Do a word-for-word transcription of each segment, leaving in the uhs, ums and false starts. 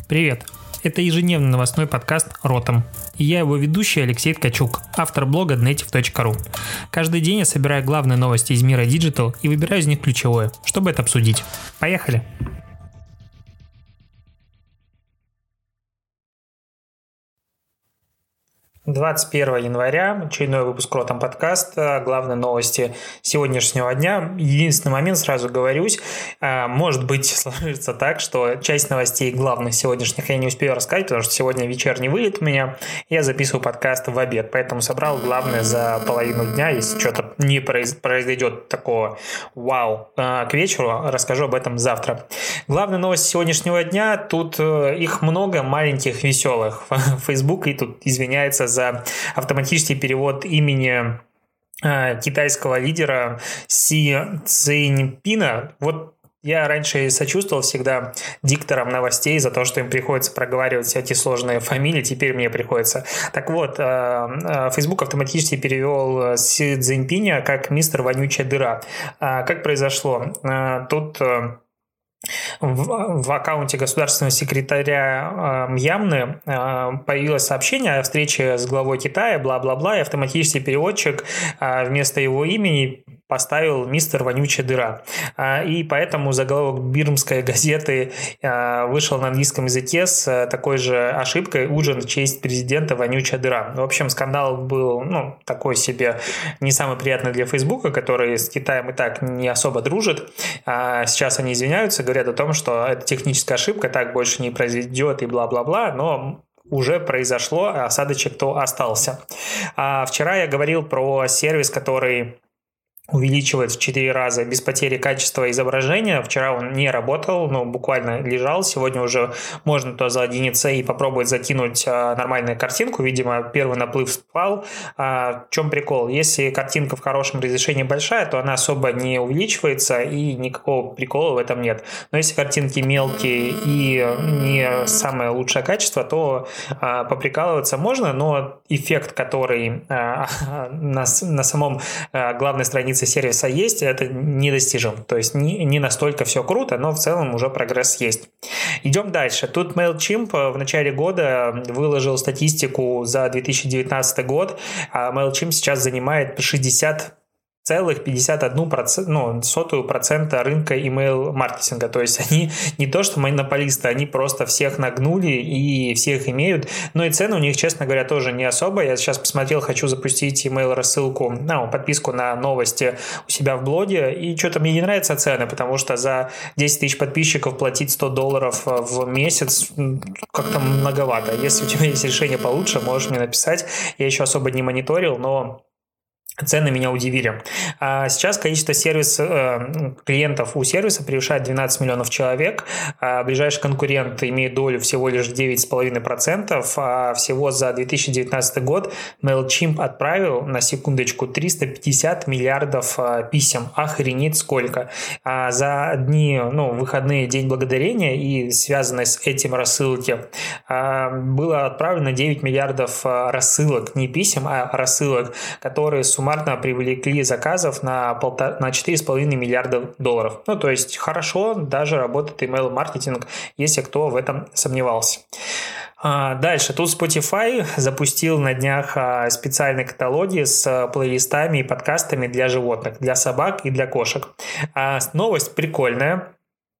Привет! Это ежедневный новостной подкаст «Ротом». И я его ведущий Алексей Ткачук, автор блога днетив точка ру. Каждый день я собираю главные новости из мира диджитал и выбираю из них ключевое, чтобы это обсудить. Поехали! двадцать первого января, очередной выпуск «Ротом» подкаста, главные новости сегодняшнего дня. Единственный момент, сразу говорюсь, может быть сложится так, что часть новостей главных сегодняшних я не успею рассказать, потому что сегодня вечерний вылет у меня, я записываю подкаст в обед, поэтому собрал главное за половину дня, если что-то не произойдет такого вау к вечеру, расскажу об этом завтра. Главные новости сегодняшнего дня, тут их много маленьких, веселых. Facebook и тут извиняется за за автоматический перевод имени э, китайского лидера Си Цзиньпина. Вот я раньше сочувствовал всегда дикторам новостей за то, что им приходится проговаривать всякие сложные фамилии, теперь мне приходится. Так вот, Facebook автоматически перевел Си Цзиньпиня как мистер вонючая дыра. Как произошло? Тут В, в аккаунте государственного секретаря э, Мьянмы э, появилось сообщение о встрече с главой Китая, бла-бла-бла, и автоматический переводчик э, вместо его имени поставил «мистер вонючая дыра». Э, и поэтому заголовок бирмской газеты э, вышел на английском языке с такой же ошибкой «Ужин в честь президента вонючая дыра». В общем, скандал был ну, такой себе, не самый приятный для Фейсбука, который с Китаем и так не особо дружит. А сейчас они извиняются, говорят о том, что это техническая ошибка, так больше не произойдет и бла-бла-бла, но уже произошло, а осадочек-то остался. А вчера я говорил про сервис, который увеличивает в четыре раза без потери качества изображения. Вчера он не работал, но буквально лежал. Сегодня уже можно туда залогиниться и попробовать закинуть а, нормальную картинку. Видимо, первый наплыв спал. А, в чем прикол? Если картинка в хорошем разрешении большая, то она особо не увеличивается и никакого прикола в этом нет. Но если картинки мелкие и не самое лучшее качество, то а, поприкалываться можно, но эффект, который а, на, на самом а, главной странице сервиса есть, это недостижим. То есть не, не настолько все круто, но в целом уже прогресс есть. Идем дальше. Тут MailChimp в начале года выложил статистику за две тысячи девятнадцатый год, а MailChimp сейчас занимает шестьдесят целых пятьдесят одну процента рынка email-маркетинга. То есть они не то что монополисты, они просто всех нагнули и всех имеют. Но и цены у них, честно говоря, тоже не особо. Я сейчас посмотрел, хочу запустить email-рассылку, ну, подписку на новости у себя в блоге. И что-то мне не нравятся цены, потому что за десять тысяч подписчиков платить сто долларов в месяц как-то многовато. Если у тебя есть решение получше, можешь мне написать. Я еще особо не мониторил, но цены меня удивили. А сейчас количество сервис, э, клиентов у сервиса превышает двенадцать миллионов человек. А ближайший конкурент имеет долю всего лишь девять целых пять десятых процента. А всего за две тысячи девятнадцатый год MailChimp отправил, на секундочку, триста пятьдесят миллиардов э, писем. Охренеть сколько. А за дни, ну, выходные, День Благодарения и связанные с этим рассылки э, было отправлено девять миллиардов э, рассылок. Не писем, а рассылок, которые суммарно привлекли заказов на, полтора, на четыре целых пять десятых миллиарда долларов. Ну, то есть хорошо даже работает email-маркетинг, если кто в этом сомневался. Дальше. Тут Spotify запустил на днях специальные каталоги с плейлистами и подкастами для животных, для собак и для кошек. Новость прикольная.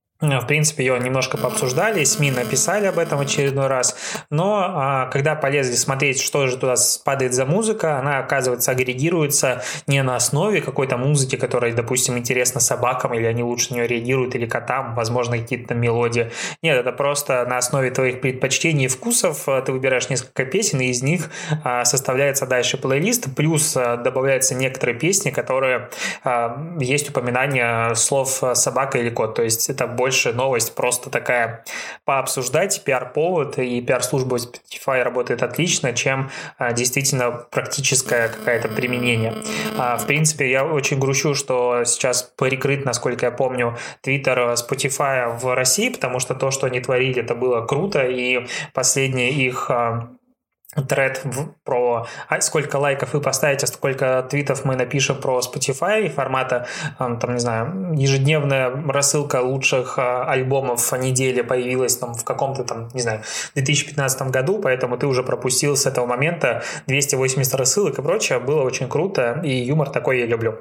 В принципе, ее немножко пообсуждали, СМИ написали об этом в очередной раз, но а, когда полезли смотреть, что же туда падает за музыка, она, оказывается, агрегируется не на основе какой-то музыки, которая, допустим, интересна собакам, или они лучше на нее реагируют, или котам, возможно, какие-то мелодии. Нет, это просто на основе твоих предпочтений и вкусов ты выбираешь несколько песен, и из них а, составляется дальше плейлист, плюс а, добавляются некоторые песни, которые а, есть упоминание слов собака или кот, то есть это больше больше новость просто такая пообсуждать, пиар-повод, и пиар-служба Spotify работает отлично, чем а, действительно практическое какое-то применение. А, в принципе, я очень грущу, что сейчас перекрыт, насколько я помню, Twitter Spotify в России, потому что то, что они творили, это было круто, и последние их... А, тред в- про а, сколько лайков вы поставите, сколько твитов мы напишем про Spotify формата, эм, там, не знаю, ежедневная рассылка лучших а, альбомов недели появилась там в каком-то там, не знаю, в две тысячи пятнадцатом году, поэтому ты уже пропустил с этого момента двести восемьдесят рассылок и прочее. Было очень круто, и юмор такой я люблю.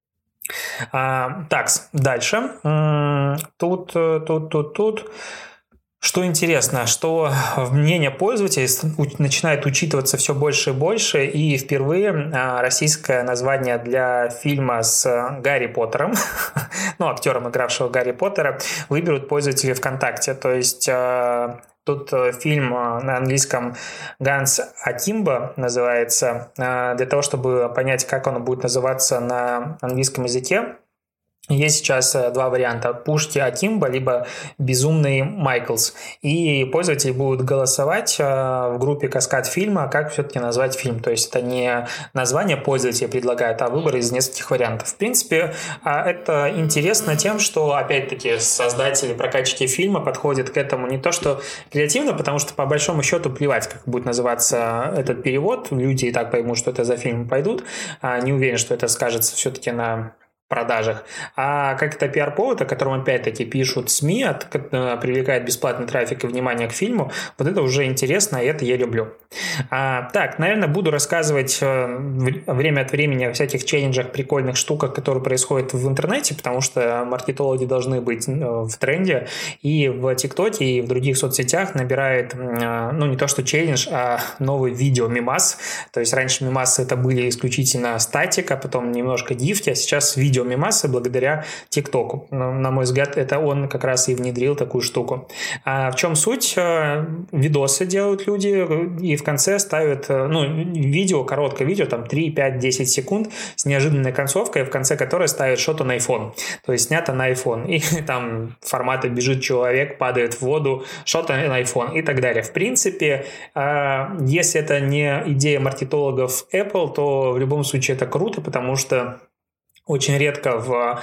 А, так, дальше. М, Тут, э, тут, тут, тут. Что интересно, что мнение пользователей с- у- начинает учитываться все больше и больше, и впервые а, российское название для фильма с а, Гарри Поттером, ну, актером, игравшего Гарри Поттера, выберут пользователи ВКонтакте. То есть а, тут а, фильм а, на английском «Ганс Акимбо» называется. А, Для того, чтобы понять, как он будет называться на английском языке, есть сейчас э, два варианта: Пушки Акимбо, либо Безумный Майклс. И пользователи будут голосовать э, в группе Каскад Фильма, как все-таки назвать фильм. То есть это не название пользователи предлагают, а выбор из нескольких вариантов. В принципе, а, это интересно тем, что, опять-таки, создатели, прокатчики фильма подходят к этому не то что креативно, потому что по большому счету плевать, как будет называться этот перевод. Люди и так поймут, что это за фильм, пойдут. А, Не уверен, что это скажется все-таки на продажах. А как это пиар-повод, о котором опять-таки пишут СМИ, от, э, привлекает бесплатный трафик и внимание к фильму, вот это уже интересно, и это я люблю. А, так, наверное, буду рассказывать э, время от времени о всяких челленджах, прикольных штуках, которые происходят в интернете, потому что маркетологи должны быть э, в тренде, и в ТикТоке, и в других соцсетях набирает, э, ну, не то что челлендж, а новый видео-мимас. То есть раньше мимасы это были исключительно статика, потом немножко дифти, а сейчас видео мемасы благодаря ТикТоку. На мой взгляд, это он как раз и внедрил такую штуку. А в чем суть? Видосы делают люди и в конце ставят, ну, видео, короткое видео, там три, пять, десять секунд с неожиданной концовкой, в конце которой ставят что-то на iPhone. То есть снято на iPhone. И там формата бежит человек, падает в воду, что-то на iPhone и так далее. В принципе, если это не идея маркетологов Apple, то в любом случае это круто, потому что очень редко в,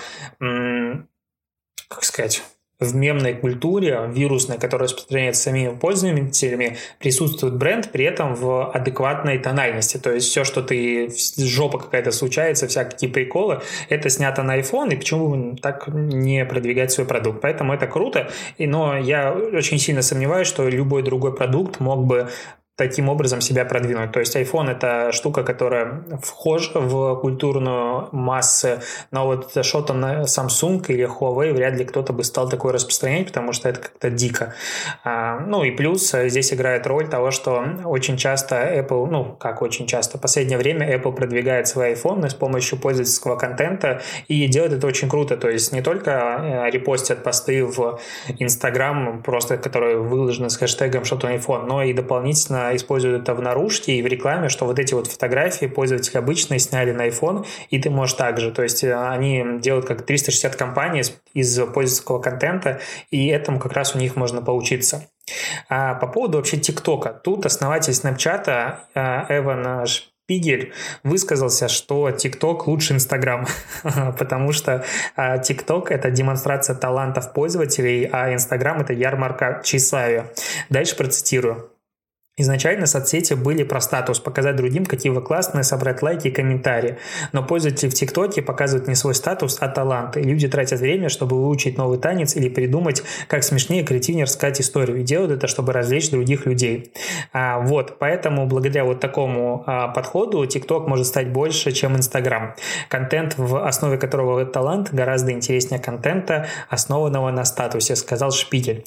как сказать, в мемной культуре, вирусной, которая распространяется самими пользователями, присутствует бренд, при этом в адекватной тональности. То есть все, что ты, жопа какая-то случается, всякие приколы, это снято на iPhone, и почему бы так не продвигать свой продукт. Поэтому это круто, но я очень сильно сомневаюсь, что любой другой продукт мог бы таким образом себя продвинуть. То есть iPhone — это штука, которая вхожа в культурную массу, но вот что-то на Samsung или Huawei вряд ли кто-то бы стал такое распространять, потому что это как-то дико. А, ну и плюс здесь играет роль того, что очень часто Apple, ну как очень часто, в последнее время Apple продвигает свои iPhone с помощью пользовательского контента и делает это очень круто. То есть не только репостят посты в Instagram, просто которые выложены с хэштегом что-то на iPhone, но и дополнительно используют это в наружке и в рекламе, что вот эти вот фотографии пользователи обычные сняли на iPhone, и ты можешь также. То есть они делают как триста шестьдесят компаний из пользовательского контента, и этому как раз у них можно поучиться. А по поводу вообще ТикТока. Тут основатель Снэпчата Эван Шпигель высказался, что ТикТок лучше Инстаграм, потому что ТикТок — это демонстрация талантов пользователей, а Инстаграм — это ярмарка тщеславия. Дальше процитирую. Изначально соцсети были про статус, показать другим, какие вы классные, собрать лайки и комментарии. Но пользователи в ТикТоке показывают не свой статус, а таланты. Люди тратят время, чтобы выучить новый танец или придумать, как смешнее и креативнее рассказать историю. И делают это, чтобы развлечь других людей. А, вот, поэтому благодаря вот такому а, подходу ТикТок может стать больше, чем Инстаграм. Контент, в основе которого талант, гораздо интереснее контента, основанного на статусе, сказал Шпигель.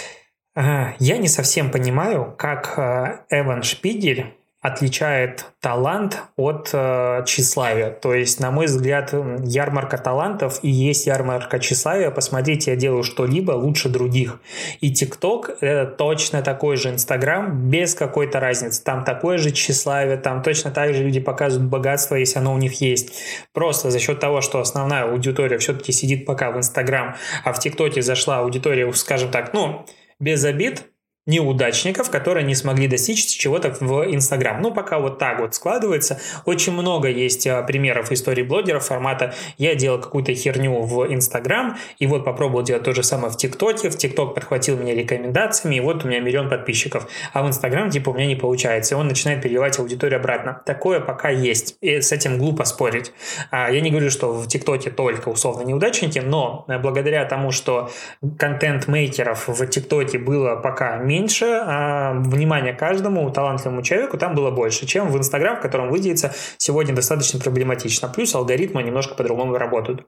Я не совсем понимаю, как Эван Шпигель отличает талант от э, тщеславия. То есть, на мой взгляд, ярмарка талантов и есть ярмарка тщеславия. Посмотрите, я делаю что-либо лучше других. И ТикТок — это точно такой же Инстаграм, без какой-то разницы. Там такое же тщеславие, там точно так же люди показывают богатство, если оно у них есть. Просто за счет того, что основная аудитория все-таки сидит пока в Инстаграм, а в ТикТоке зашла аудитория, скажем так, ну, без обид, неудачников, которые не смогли достичь чего-то в Инстаграм. Ну, пока вот так вот складывается. Очень много есть а, примеров истории блогеров формата «я делал какую-то херню в Инстаграм, и вот попробовал делать то же самое в ТикТоке, в ТикТок подхватил меня рекомендациями, и вот у меня миллион подписчиков, а в Инстаграм типа у меня не получается». И он начинает переливать аудиторию обратно. Такое пока есть, и с этим глупо спорить. А, я не говорю, что в ТикТоке только условно неудачники, но благодаря тому, что контент-мейкеров в ТикТоке было пока меньше, а внимания каждому талантливому человеку там было больше, чем в Инстаграм, в котором выделиться сегодня достаточно проблематично. Плюс алгоритмы немножко по-другому работают.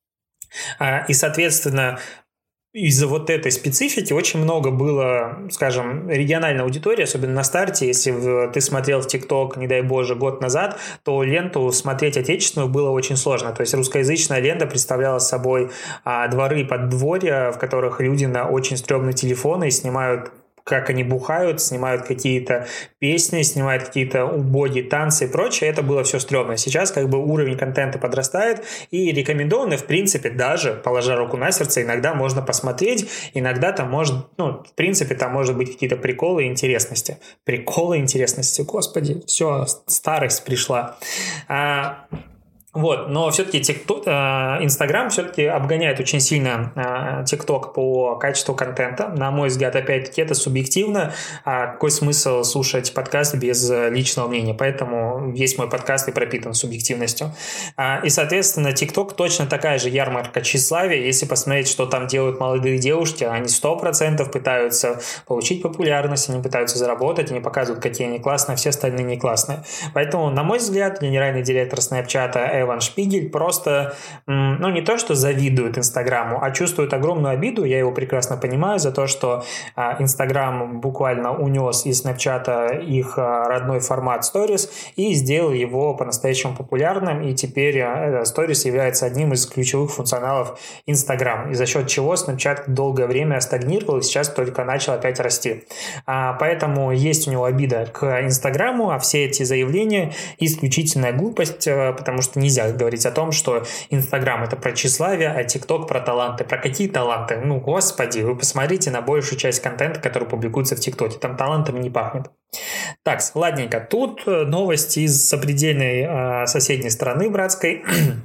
И, соответственно, из-за вот этой специфики очень много было, скажем, региональной аудитории, особенно на старте. Если ты смотрел в ТикТок, не дай боже, год назад, то ленту смотреть отечественную было очень сложно. То есть русскоязычная лента представляла собой а, дворы и подворья, в которых люди на очень стрёмные телефоны снимают, как они бухают, снимают какие-то песни, снимают какие-то убогие танцы и прочее. Это было все стрёмно. Сейчас как бы уровень контента подрастает, и рекомендованно, в принципе, даже, положа руку на сердце, иногда можно посмотреть, иногда там может, ну, в принципе, там может быть какие-то приколы и интересности. Приколы и интересности, господи, все, старость пришла. А... Вот, но все-таки Инстаграм все-таки обгоняет очень сильно ТикТок по качеству контента. На мой взгляд, опять-таки, это субъективно. А какой смысл слушать подкаст без личного мнения? Поэтому весь мой подкаст и пропитан субъективностью. И, соответственно, ТикТок точно такая же ярмарка тщеславия. Если посмотреть, что там делают молодые девушки, они сто процентов пытаются получить популярность, они пытаются заработать, они показывают, какие они классные, а все остальные не классные. Поэтому, на мой взгляд, генеральный директор Снэпчата Эван Шпигель просто, ну, не то что завидует Инстаграму, а чувствует огромную обиду, я его прекрасно понимаю, за то, что Инстаграм буквально унес из Снэпчата их родной формат Stories и сделал его по-настоящему популярным, и теперь Stories является одним из ключевых функционалов Инстаграм, и за счет чего Снэпчат долгое время стагнировал и сейчас только начал опять расти. Поэтому есть у него обида к Инстаграму, а все эти заявления исключительная глупость, потому что нельзя говорить о том, что Инстаграм — это про тщеславие, а ТикТок — про таланты. Про какие таланты? Ну, господи, вы посмотрите на большую часть контента, который публикуется в ТикТоке. Там талантами не пахнет. Так, ладненько. Тут новости из сопредельной э, соседней страны братской.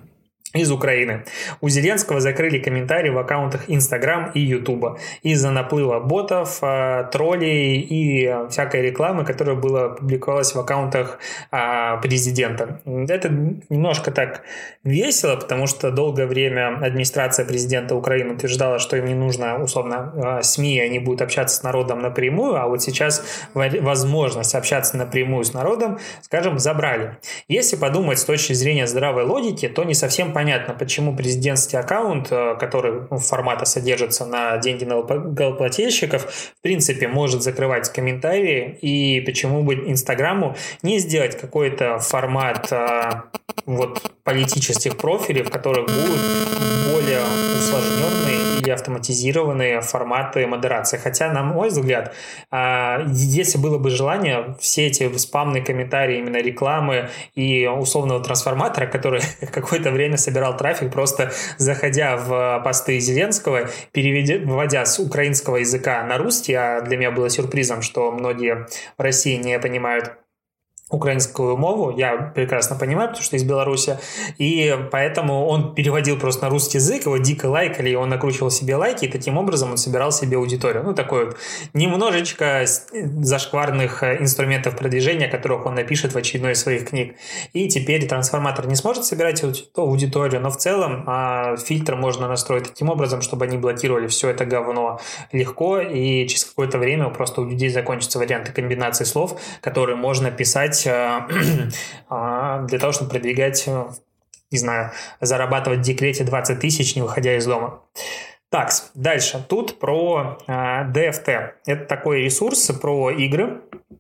Из Украины. У Зеленского закрыли комментарии в аккаунтах Инстаграм и Ютуба из-за наплыва ботов, троллей и всякой рекламы, которая была публиковалась в аккаунтах президента. Это немножко так весело, потому что долгое время администрация президента Украины утверждала, что им не нужно, условно, СМИ, они будут общаться с народом напрямую, а вот сейчас возможность общаться напрямую с народом, скажем, забрали. Если подумать с точки зрения здравой логики, то не совсем понятно, Понятно, почему президентский аккаунт, который ну, формата содержится на деньги налогоплательщиков, в принципе, может закрывать комментарии, и почему бы Инстаграму не сделать какой-то формат а, вот, политических профилей, в которых будут более усложненные или автоматизированные форматы модерации. Хотя, на мой взгляд, а, если было бы желание, все эти спамные комментарии, именно рекламы и условного трансформатора, который какое-то время собирал трафик, просто заходя в посты Зеленского, переведя, выводя с украинского языка на русский, а для меня было сюрпризом, что многие в России не понимают украинскую мову, я прекрасно понимаю, потому что из Беларуси, и поэтому он переводил просто на русский язык, его дико лайкали, и он накручивал себе лайки, и таким образом он собирал себе аудиторию. Ну, такой вот немножечко зашкварных инструментов продвижения, которых он напишет в очередной из своих книг. И теперь трансформатор не сможет собирать аудиторию, но в целом а, фильтр можно настроить таким образом, чтобы они блокировали все это говно легко, и через какое-то время просто у людей закончатся варианты комбинации слов, которые можно писать для того, чтобы продвигать, не знаю, зарабатывать в декрете двадцать тысяч, не выходя из дома. Так, дальше. Тут про ди эф ти. Это такой ресурс про игры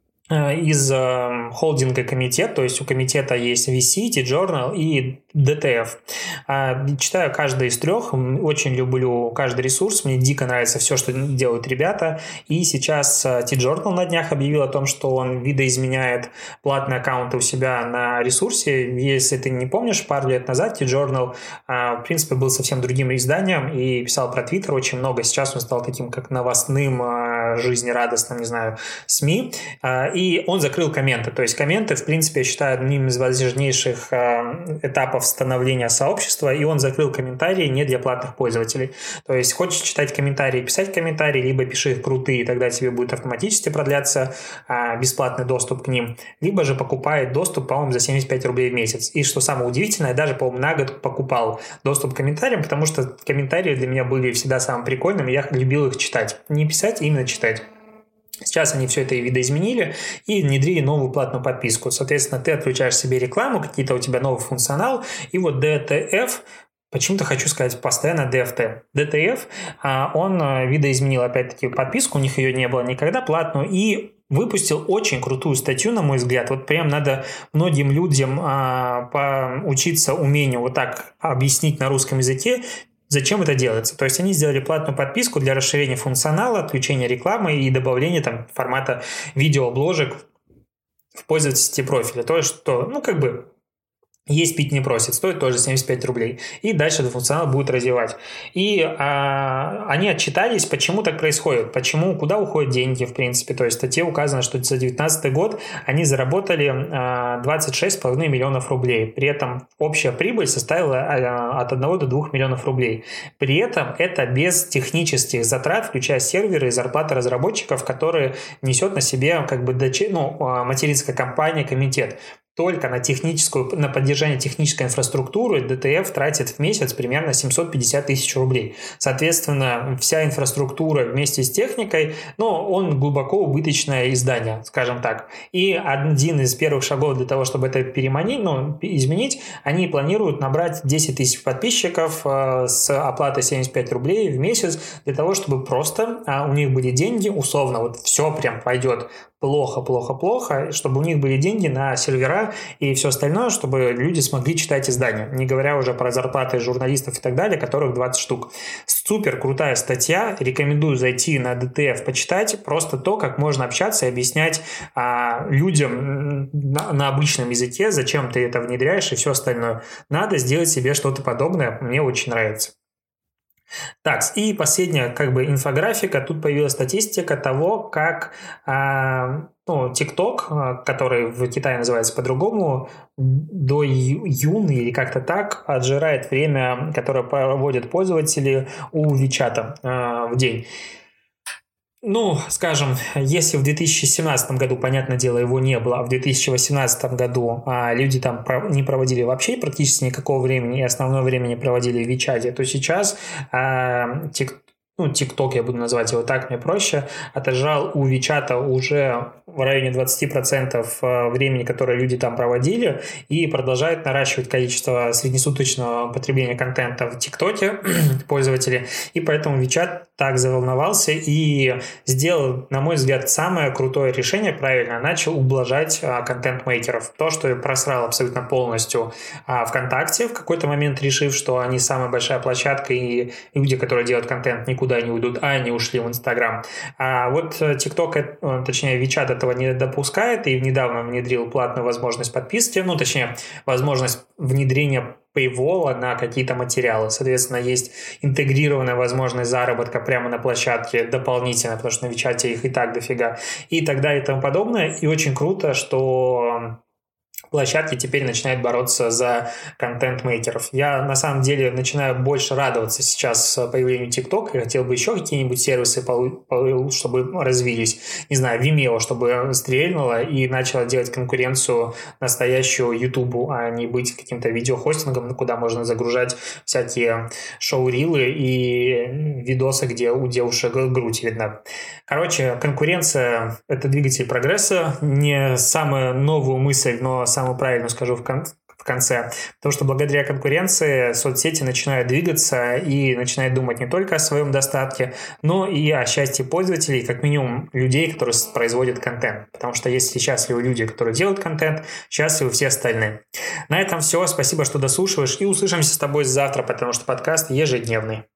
из холдинга комитет, то есть у комитета есть ви си, T-Journal и ди ти эф. Читаю каждый из трех, очень люблю каждый ресурс, мне дико нравится все, что делают ребята, и сейчас T-Journal на днях объявил о том, что он видоизменяет платные аккаунты у себя на ресурсе. Если ты не помнишь, пару лет назад T-Journal, в принципе, был совсем другим изданием и писал про Twitter очень много, сейчас он стал таким как новостным жизнерадостном, не знаю, СМИ, и он закрыл комменты. То есть комменты, в принципе, я считаю, одним из важнейших этапов становления сообщества, и он закрыл комментарии не для платных пользователей. То есть хочешь читать комментарии, писать комментарии, либо пиши их крутые, и тогда тебе будет автоматически продляться бесплатный доступ к ним, либо же покупай доступ, по-моему, за семьдесят пять рублей в месяц. И что самое удивительное, даже, по-моему, на год покупал доступ к комментариям, потому что комментарии для меня были всегда самым прикольным, и я любил их читать. Не писать, а именно читать. Сейчас они все это видоизменили и внедрили новую платную подписку. Соответственно, ты отключаешь себе рекламу, какие-то у тебя новый функционал, и вот ди ти эф, почему-то хочу сказать постоянно ди эф ти. ди ти эф, он видоизменил опять-таки подписку, у них ее не было никогда платную, и выпустил очень крутую статью, на мой взгляд. Вот прям надо многим людям а, поучиться умению вот так объяснить на русском языке, зачем это делается. То есть они сделали платную подписку для расширения функционала, отключения рекламы и добавления там формата видеообложек в пользовательские профили. То есть что, ну как бы, есть пить не просит, стоит тоже семьдесят пять рублей. И дальше этот функционал будет развивать. И а, они отчитались, почему так происходит, почему, куда уходят деньги, в принципе. То есть в статье указано, что за две тысячи девятнадцатый год они заработали а, двадцать шесть с половиной миллионов рублей. При этом общая прибыль составила а, от одного до двух миллионов рублей. При этом это без технических затрат, включая серверы и зарплаты разработчиков, которые несет на себе как бы доч... ну, материнская компания, комитет. Только на техническую, на поддержание технической инфраструктуры ди ти эф тратит в месяц примерно семьсот пятьдесят тысяч рублей. Соответственно, вся инфраструктура вместе с техникой, ну, он глубоко убыточное издание, скажем так. И один из первых шагов для того, чтобы это переманить, ну, изменить, они планируют набрать десять тысяч подписчиков э, с оплатой семьдесят пять рублей в месяц для того, чтобы просто э, у них были деньги, условно, вот все прям пойдет плохо, плохо, плохо, чтобы у них были деньги на сервера и все остальное, чтобы люди смогли читать издания. Не говоря уже про зарплаты журналистов и так далее, которых двадцать штук. Супер крутая статья. Рекомендую зайти на ди ти эф, почитать просто то, как можно общаться и объяснять а, людям на, на обычном языке, зачем ты это внедряешь и все остальное. Надо сделать себе что-то подобное. Мне очень нравится. Так, и последняя как бы инфографика. Тут появилась статистика того, как а, ну, TikTok, который в Китае называется по-другому, до июня или как-то так, отжирает время, которое проводят пользователи у WeChat а, в день. Ну, скажем, если в две тысячи семнадцатом году, понятное дело, его не было, а в две тысячи восемнадцатом году а, люди там не проводили вообще практически никакого времени, и основное время не проводили в WeChat, то сейчас а, TikTok, ну, TikTok, я буду называть его так, мне проще, отожрал у WeChat уже в районе двадцать процентов времени, которое люди там проводили, и продолжает наращивать количество среднесуточного потребления контента в ТикТоке пользователи, и поэтому WeChat так заволновался и сделал, на мой взгляд, самое крутое решение, правильно, начал ублажать а, контент-мейкеров. То, что просрал абсолютно полностью а, ВКонтакте, в какой-то момент решив, что они самая большая площадка, и люди, которые делают контент, никуда не уйдут, а они ушли в Инстаграм. А вот TikTok, точнее WeChat этого не допускает, и недавно внедрил платную возможность подписки, ну, точнее, возможность внедрения Paywall на какие-то материалы. Соответственно, есть интегрированная возможность заработка прямо на площадке дополнительно, потому что на WeChat их и так дофига, и так далее и тому подобное. И очень круто, что площадки теперь начинают бороться за контент-мейкеров. Я, на самом деле, начинаю больше радоваться сейчас появлению TikTok и хотел бы еще какие-нибудь сервисы, чтобы развились. Не знаю, Vimeo, чтобы стрельнуло и начало делать конкуренцию настоящую YouTube, а не быть каким-то видеохостингом, куда можно загружать всякие шоу-рилы и видосы, где у девушек грудь видна. Короче, конкуренция – это двигатель прогресса. Не самая новая мысль, но самую правильную скажу в конце. в конце. Потому что благодаря конкуренции соцсети начинают двигаться и начинают думать не только о своем достатке, но и о счастье пользователей, как минимум людей, которые производят контент. Потому что если счастливы люди, которые делают контент, счастливы все остальные. На этом все. Спасибо, что дослушиваешь. И услышимся с тобой завтра, потому что подкаст ежедневный.